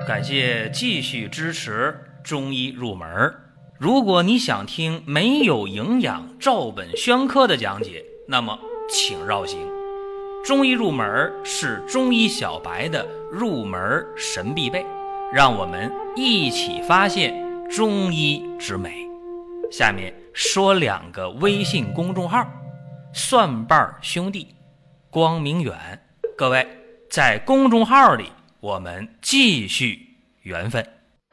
感谢继续支持中医入门。如果你想听没有营养照本宣科的讲解，那么请绕行。中医入门是中医小白的入门神必备，让我们一起发现中医之美。下面说2个微信公众号：蒜瓣兄弟、光明远。各位在公众号里，我们继续缘分。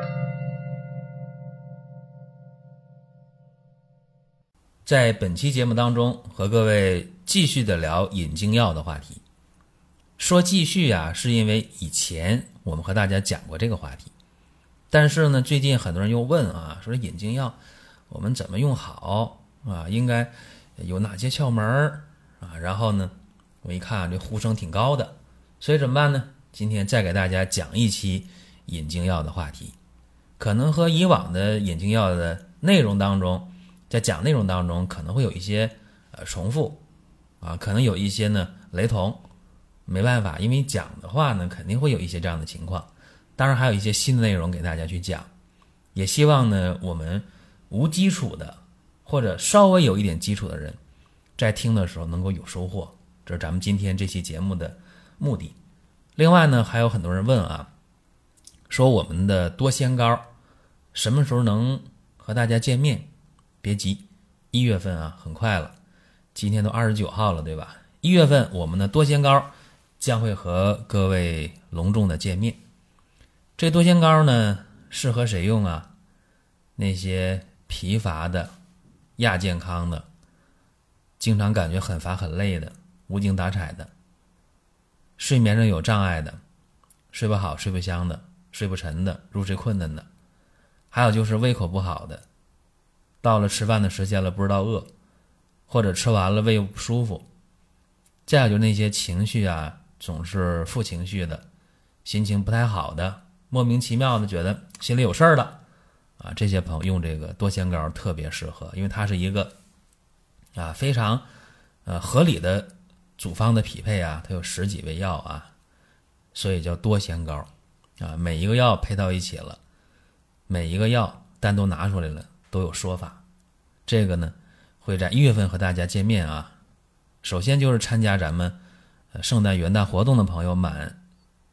在本期节目当中，和各位继续的聊引经药的话题。说继续啊，是因为以前我们和大家讲过这个话题，但是呢，最近很多人又问啊，说引经药我们怎么用好啊？应该有哪些窍门啊？然后呢，我一看这呼声挺高的，所以怎么办呢？今天再给大家讲一期引经药的话题，可能和以往的引经药的内容当中，在讲内容当中可能会有一些重复啊，可能有一些呢雷同，没办法，因为讲的话呢肯定会有一些这样的情况。当然还有一些新的内容给大家去讲，也希望呢我们无基础的或者稍微有一点基础的人在听的时候能够有收获，这是咱们今天这期节目的目的。另外呢，还有很多人问啊，说我们的多仙膏什么时候能和大家见面？别急，1月份啊，很快了，今天都29号了，对吧？1月份我们的多仙膏将会和各位隆重的见面。这多仙膏呢，适合谁用啊？那些疲乏的、亚健康的、经常感觉很乏很累的、无精打采的、睡眠上有障碍的、睡不好睡不香的、睡不沉的、入睡困难的，还有就是胃口不好的，到了吃饭的时间了不知道饿，或者吃完了胃不舒服，再有就那些情绪啊总是负情绪的，心情不太好的，莫名其妙的觉得心里有事儿了啊，这些朋友用这个多仙膏特别适合，因为它是一个非常合理的组方的匹配啊，它有10几味药啊，所以叫多仙膏啊，每一个药配到一起了，每一个药单独拿出来了都有说法。这个呢会在1月份和大家见面啊。首先就是参加咱们圣诞元旦活动的朋友，满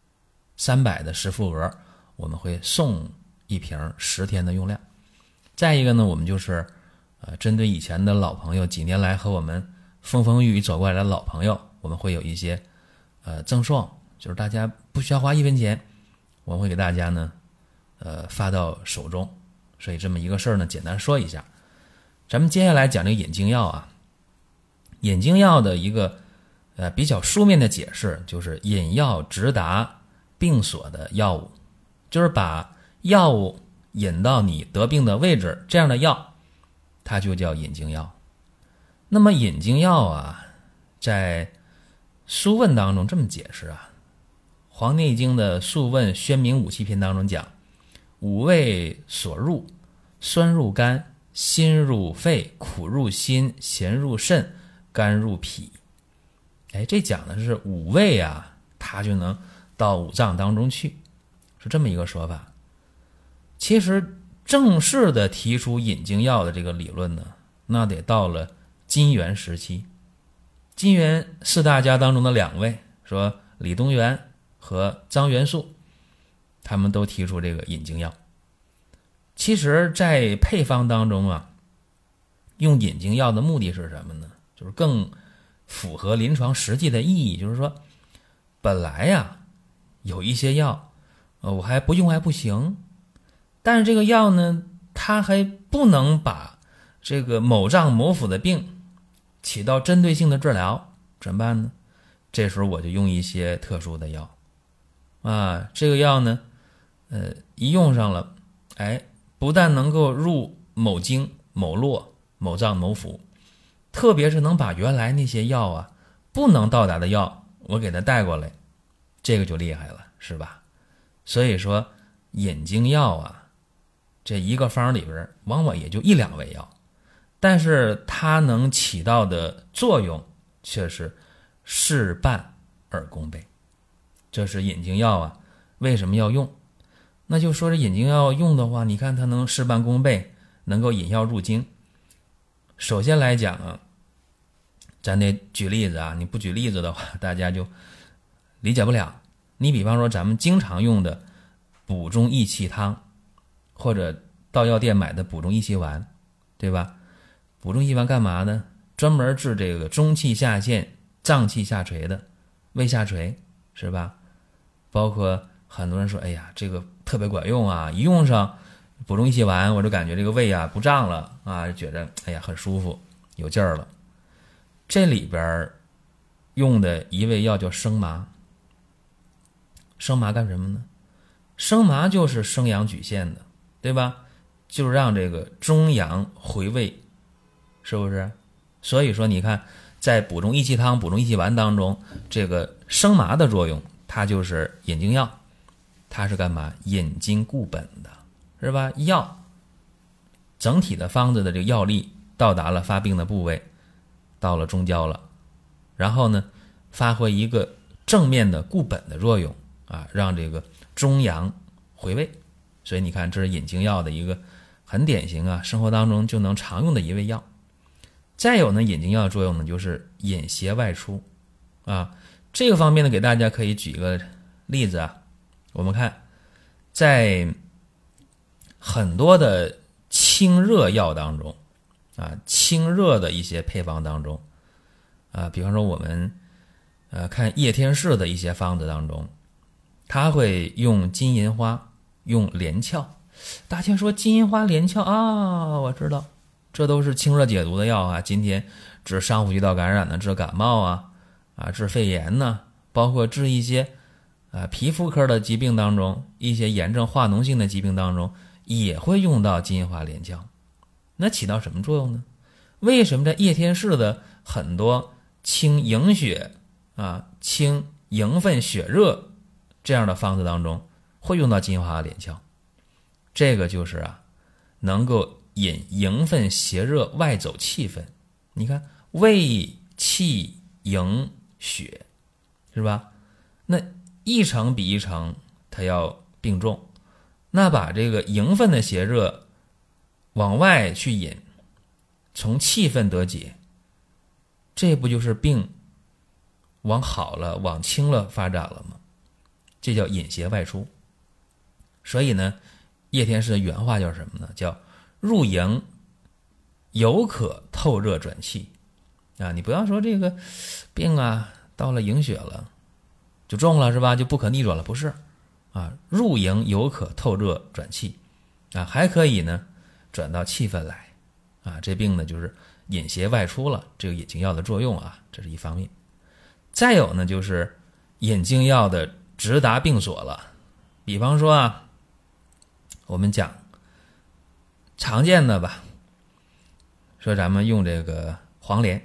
300的实付额我们会送1瓶10天的用量。再一个呢，我们就是针对以前的老朋友，几年来和我们风风雨雨走过来的老朋友，我们会有一些赠送，就是大家不需要花1分钱，我们会给大家呢发到手中。所以这么一个事儿呢，简单说一下。咱们接下来讲这个引经药啊，引经药的一个比较书面的解释，就是引药直达病所的药物，就是把药物引到你得病的位置，这样的药它就叫引经药。那么引经药啊，在《素问》当中这么解释啊，《黄帝内经》的《素问·宣明五气篇》当中讲，五味所入，酸入肝，辛入肺，苦入心，咸入肾，甘入脾。这讲的是五味啊，它就能到五脏当中去，是这么一个说法。其实正式的提出引经药的这个理论呢，那得到了金元时期。金元4大家当中的2位，说李东垣和张元素，他们都提出这个引经药。其实在配方当中啊，用引经药的目的是什么呢？就是更符合临床实际的意义，就是说本来呀有一些药我还不用还不行，但是这个药呢，它还不能把这个某脏某腑的病起到针对性的治疗，怎么办呢？这时候我就用一些特殊的药啊，这个药呢一用上了，不但能够入某经某络某脏某腑，特别是能把原来那些药啊不能到达的药我给它带过来，这个就厉害了，是吧？所以说引经药啊，这一个方里边往往也就1、2味药，但是它能起到的作用却是事半而功倍。这是引经药啊为什么要用。 那就说这引经药用的话，你看它能事半功倍，能够引药入经。首先来讲啊，咱得举例子啊，你不举例子的话，大家就理解不了。你比方说咱们经常用的补中益气汤，或者到药店买的补中益气丸，对吧？补中益气丸干嘛呢？专门治这个中气下陷、脏气下垂的，胃下垂，是吧？包括很多人说，哎呀，这个特别管用啊，一用上补中益气丸，我就感觉这个胃啊不胀了啊，觉得哎呀很舒服，有劲儿了。这里边用的一味药叫生麻。生麻干什么呢？生麻就是生阳举陷的，对吧？就是让这个中阳回胃，是不是？所以说你看在补中益气汤、补中益气丸当中，这个生麻的作用，它就是引经药，它是干嘛？引经固本的，是吧？药整体的方子的这个药力到达了发病的部位，到了中焦了，然后呢发挥一个正面的固本的作用啊，让这个中阳回胃。所以你看这是引经药的一个很典型啊，生活当中就能常用的一味药。再有呢，引经药的作用呢就是引邪外出啊。这个方面呢给大家可以举一个例子啊，我们看在很多的清热药当中啊，清热的一些配方当中啊，比方说我们看叶天士的一些方子当中，他会用金银花，用连翘。大家说金银花连翘啊，我知道这都是清热解毒的药啊，今天治上呼吸道感染的，治感冒啊，治肺炎呢，包括治一些皮肤科的疾病当中，一些炎症化脓性的疾病当中也会用到金银花连翘。那起到什么作用呢？为什么在叶天士的很多清营血啊、清营分血热这样的方子当中会用到金银花连翘？这个就是能够引营分邪热外走气分。你看胃气营血，是吧？那一层比一层它要并重，那把这个营分的邪热往外去引，从气分得解，这不就是病往好了往轻了发展了吗？这叫引邪外出。所以呢叶天士的原话叫什么呢？叫入营有可透热转气啊！你不要说这个病到了营血了就重了，是吧？就不可逆转了，不是啊？入营有可透热转气啊，还可以呢转到气分来啊。这病呢就是引邪外出了，这个引经药的作用啊，这是一方面。再有呢就是引经药的直达病所了。比方说我们讲常见的吧，说咱们用这个黄连。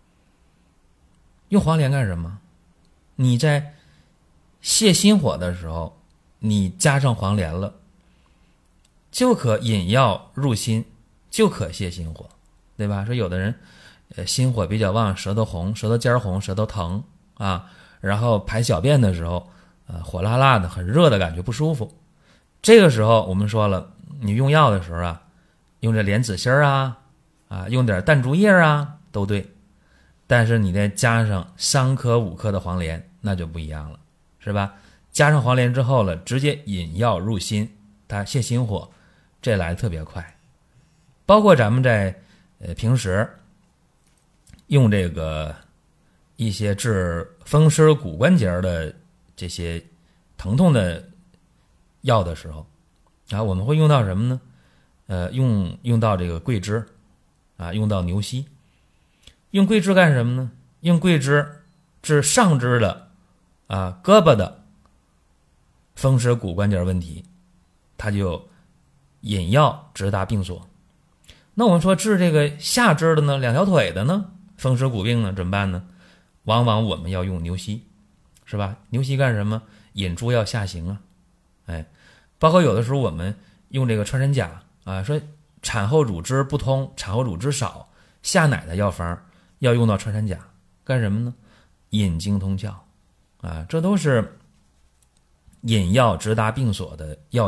用黄连干什么？你在泻心火的时候，你加上黄连了，就可引药入心，就可泻心火，对吧？说有的人心火比较旺，舌头红，舌头尖红，舌头疼然后排小便的时候火辣辣的，很热的感觉，不舒服。这个时候我们说了，你用药的时候用这莲子心用点淡竹叶都对。但是你再加上3颗5颗的黄连，那就不一样了，是吧？加上黄连之后了，直接引药入心，它泻心火，这来得特别快。包括咱们在平时用这个一些治风湿骨关节的这些疼痛的药的时候我们会用到什么呢？用到这个桂枝用到牛膝。用桂枝干什么呢？用桂枝治上肢的胳膊的风湿骨关节问题，它就引药直达病所。那我们说治这个下肢的呢，2条腿的呢，风湿骨病呢怎么办呢？往往我们要用牛膝，是吧？牛膝干什么？引诸要下行包括有的时候我们用这个穿山甲说产后乳汁不通，产后乳汁少，下奶的药方要用到穿山甲，干什么呢？引经通窍这都是引药直达病所的药引。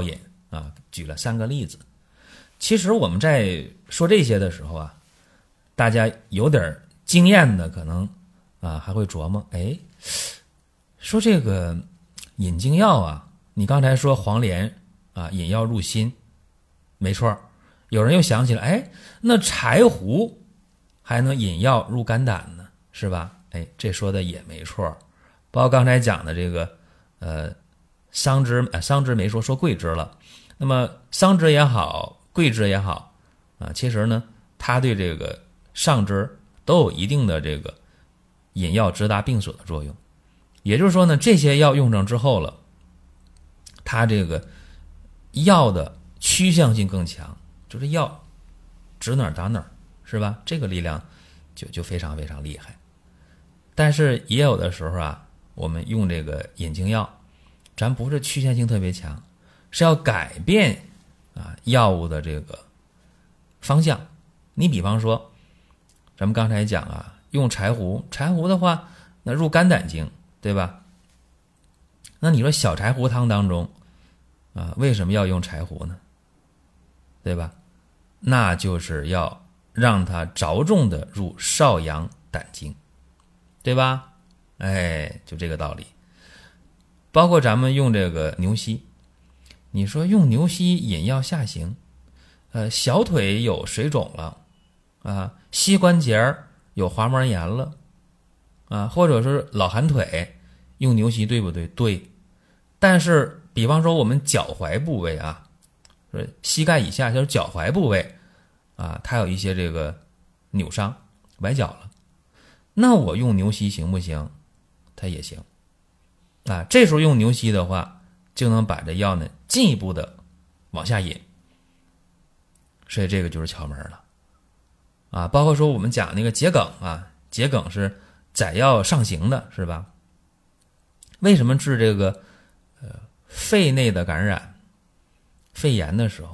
啊，举了3个例子。其实我们在说这些的时候啊，大家有点经验的可能啊还会琢磨，说这个引经药啊，你刚才说黄连啊引药入心，没错。有人又想起来，那柴胡还能引药入肝胆呢，是吧？这说的也没错。包括刚才讲的这个桑枝没说桂枝了。那么桑枝也好，桂枝也好啊，其实呢，它对这个上肢都有一定的这个引药直达病所的作用。也就是说呢，这些药用上之后了，它这个药的趋向性更强，就是药指哪儿打哪儿，是吧？这个力量就非常非常厉害。但是也有的时候啊，我们用这个引经药，咱不是趋向性特别强，是要改变啊药物的这个方向。你比方说，咱们刚才讲啊，用柴胡的话，那入肝胆经，对吧？那你说小柴胡汤当中啊，为什么要用柴胡呢？对吧？那就是要让它着重的入少阳胆经，对吧？就这个道理。包括咱们用这个牛膝，你说用牛膝引药下行，小腿有水肿了啊，膝关节有滑膜炎了啊，或者是老寒腿，用牛膝对不对？对。但是比方说我们脚踝部位啊，膝盖以下就是脚踝部位啊，它有一些这个扭伤崴脚了，那我用牛膝行不行？它也行啊。这时候用牛膝的话，就能把这药呢进一步的往下引，所以这个就是窍门了啊。包括说我们讲那个桔梗啊，桔梗是载药上行的，是吧？为什么治这个肺内的感染、肺炎的时候，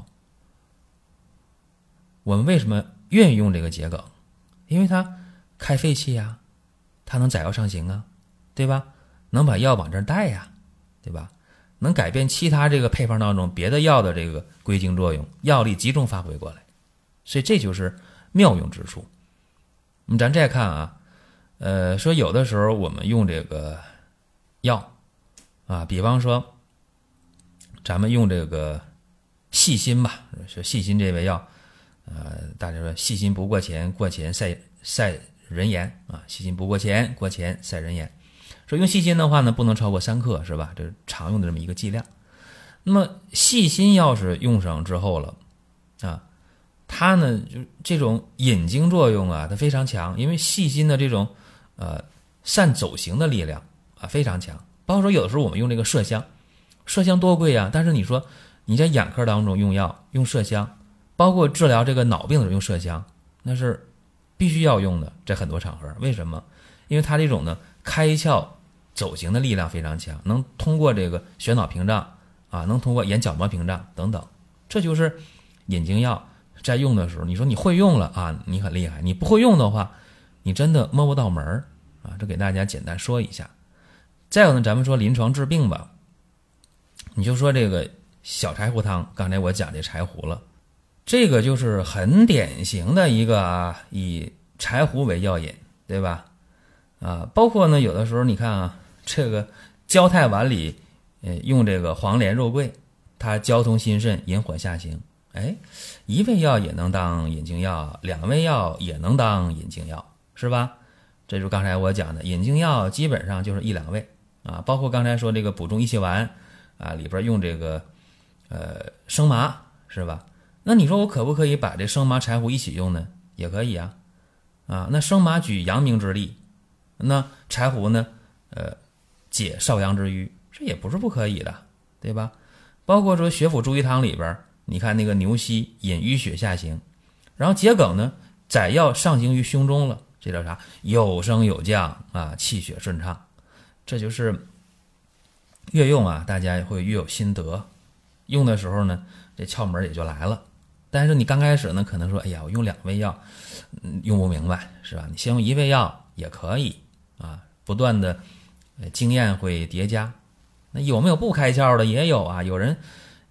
我们为什么愿意用这个桔梗？因为它开肺气啊，它能载药上行啊，对吧？能把药往这儿带呀，对吧？能改变其他这个配方当中别的药的这个归经作用，药力集中发挥过来，所以这就是妙用之处。咱再看啊，说有的时候我们用这个药啊，比方说咱们用这个细辛吧，说细辛这味药，大家说细辛不过钱，过钱晒人言啊，细辛不过钱，过钱晒人言。说用细辛的话呢，不能超过3克，是吧？这是常用的这么一个剂量。那么细辛要是用上之后了啊，它呢就这种引经作用啊，它非常强，因为细辛的这种善走行的力量啊非常强。包括说有的时候我们用这个麝香多贵啊，但是你说你在眼科当中用药用麝香，包括治疗这个脑病的时候用麝香，那是必须要用的，在很多场合。为什么？因为它这种呢开窍走行的力量非常强，能通过这个血脑屏障啊，能通过眼角膜屏障等等。这就是引经药在用的时候，你说你会用了啊，你很厉害；你不会用的话，你真的摸不到门啊。这给大家简单说一下。再有呢，咱们说临床治病吧，你就说这个小柴胡汤，刚才我讲这柴胡了，这个就是很典型的一个以柴胡为药引，对吧？包括呢有的时候你看啊，这个焦太丸里用这个黄连肉桂，它交通心肾，引火下行。一味药也能当引经药，2味药也能当引经药，是吧？这就是刚才我讲的引经药基本上就是1-2味啊，包括刚才说这个补中益气丸啊，里边用这个生麻，是吧？那你说我可不可以把这生麻柴胡一起用呢？也可以啊。那生麻举阳明之力，那柴胡呢解少阳之瘀，这也不是不可以的，对吧？包括说血府逐瘀汤里边，你看那个牛膝引淤血下行，然后桔梗呢载药上行于胸中了，这叫啥？有升有降啊，气血顺畅。这就是越用啊，大家会越有心得，用的时候呢这窍门也就来了。但是你刚开始呢可能说，哎呀，我用2味药用不明白，是吧？你先用1味药也可以啊，不断的经验会叠加。那有没有不开窍的？也有啊，有人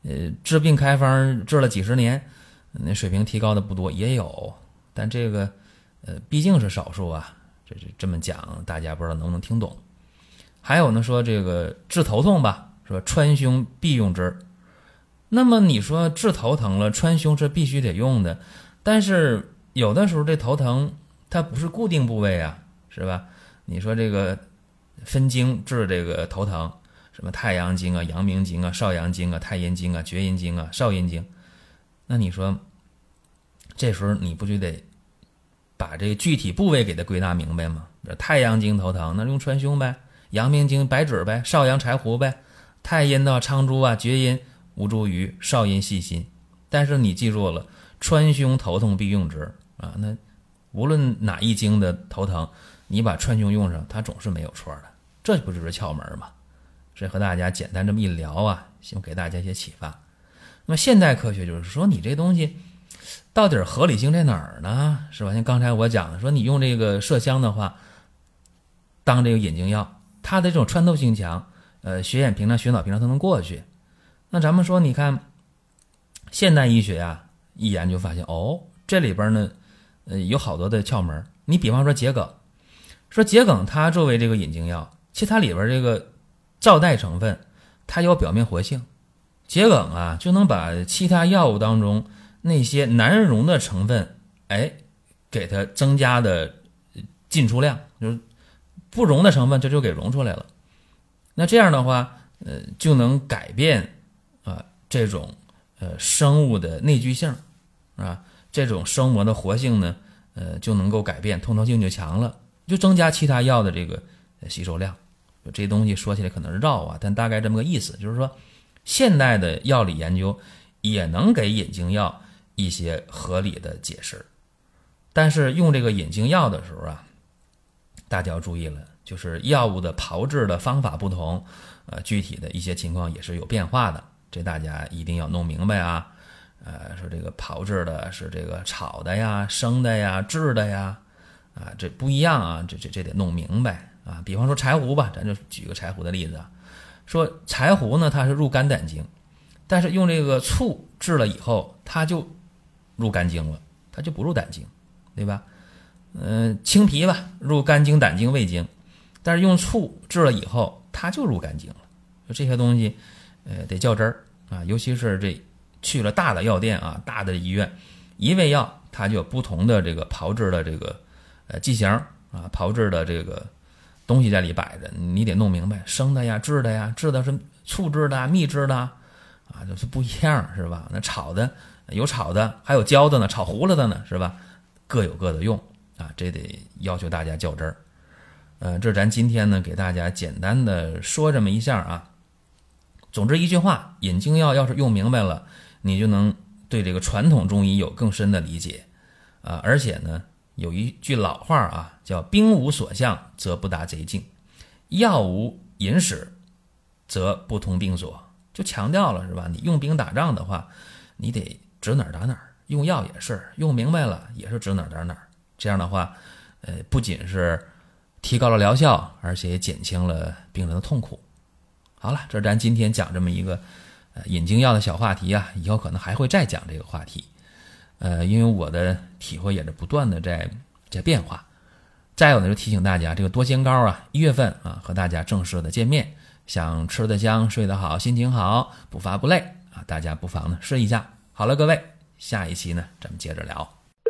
治病开方治了几十年，那水平提高的不多也有，但这个毕竟是少数啊，这么讲大家不知道能不能听懂。还有呢，说这个治头痛吧，说川芎必用之。那么你说治头疼了，川芎是必须得用的，但是有的时候这头疼它不是固定部位啊，是吧？你说这个分经治这个头疼，什么太阳经啊、阳明经啊、少阳经啊、太阴经啊、厥阴经啊、少阴经，那你说这时候你不就得把这个具体部位给它归纳明白吗？太阳经头疼，那用川芎呗；阳明经白芷呗；少阳柴胡呗；太阴的苍术啊、厥阴吴茱萸；少阴细辛。但是你记住了，川芎头痛必用之啊！那无论哪一经的头疼，你把川芎用上，它总是没有错的。这不就是窍门吗？这和大家简单这么一聊啊，希望给大家一些启发。那么现代科学就是说，你这东西到底合理性在哪儿呢？是吧？像刚才我讲的，说你用这个麝香的话，当这个引经药，它的这种穿透性强，血眼屏障、血脑屏障它能过去。那咱们说，你看现代医学啊，一研究发现，这里边呢，有好多的窍门。你比方说桔梗，说桔梗它作为这个引经药，其实它里边这个皂带成分，它有表面活性。桔梗啊，就能把其他药物当中那些难溶的成分，给它增加的进出量，就是不溶的成分这就给溶出来了。那这样的话，就能改变这种生物的内聚性啊，这种生膜的活性呢，就能够改变，通透性就强了，就增加其他药的这个吸收量。这东西说起来可能是绕啊，但大概这么个意思，就是说现代的药理研究也能给引经药一些合理的解释。但是用这个引经药的时候啊，大家要注意了，就是药物的炮制的方法不同，具体的一些情况也是有变化的，这大家一定要弄明白啊。说这个炮制的是这个炒的呀、生的呀、制的呀，这不一样啊，这得弄明白啊。比方说柴胡吧，咱就举个柴胡的例子啊，说柴胡呢它是入肝胆经，但是用这个醋制了以后，它就入肝经了，它就不入胆经，对吧？青皮吧，入肝经、胆经、胃经，但是用醋制了以后，它就入肝经了。这些东西，得较真儿啊，尤其是这去了大的药店啊，大的医院，一味药它就有不同的这个炮制的这个剂型啊，炮制的这个东西在里摆着，你得弄明白，生的呀、制的呀，制的是醋制的、蜜制的啊，就是不一样，是吧？那炒的有炒的，还有焦的呢，炒糊了的呢，是吧？各有各的用啊，这得要求大家较真儿。这咱今天呢给大家简单的说这么一下啊。总之一句话，引经药要是用明白了，你就能对这个传统中医有更深的理解而且呢，有一句老话啊，叫兵无所向则不达贼境，药无引使则不通病所，就强调了，是吧？你用兵打仗的话，你得指哪儿打哪儿，用药也是用明白了，也是指哪儿打哪儿。这样的话，不仅是提高了疗效，而且也减轻了病人的痛苦。好了，这是咱今天讲这么一个引经药的小话题啊，以后可能还会再讲这个话题。因为我的体会也是不断的在变化。再有呢，就提醒大家，这个多仙膏啊，1月份啊和大家正式的见面，想吃得香、睡得好、心情好、不乏不累啊，大家不妨呢试一下。好了，各位，下一期呢咱们接着聊。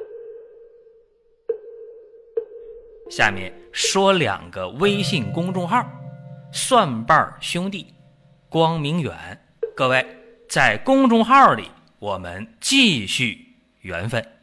下面说2个微信公众号：蒜瓣兄弟、光明远。各位在公众号里，我们继续缘分。